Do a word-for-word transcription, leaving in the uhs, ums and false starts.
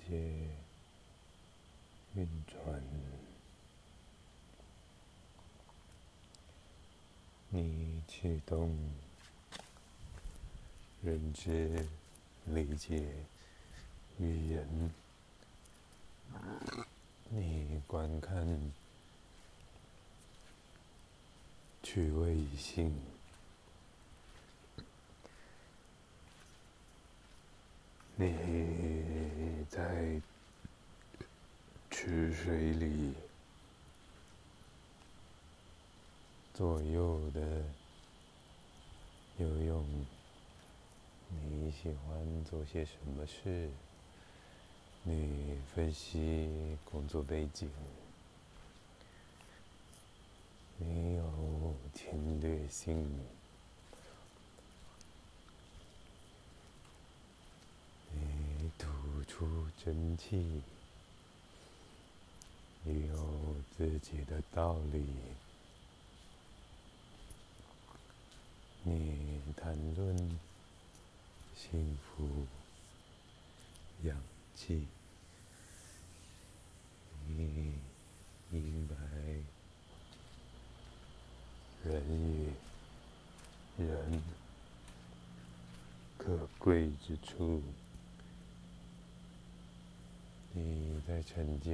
界运转，你启动认知、理解、语言，你观看趣味性，你在池水里左右的游泳，你喜欢做些什么事？你分析工作背景，你有侵略性，你吐出真气，你有自己的道理，你谈论幸福、氧气，你明白人与人可贵之处，你在沉淀。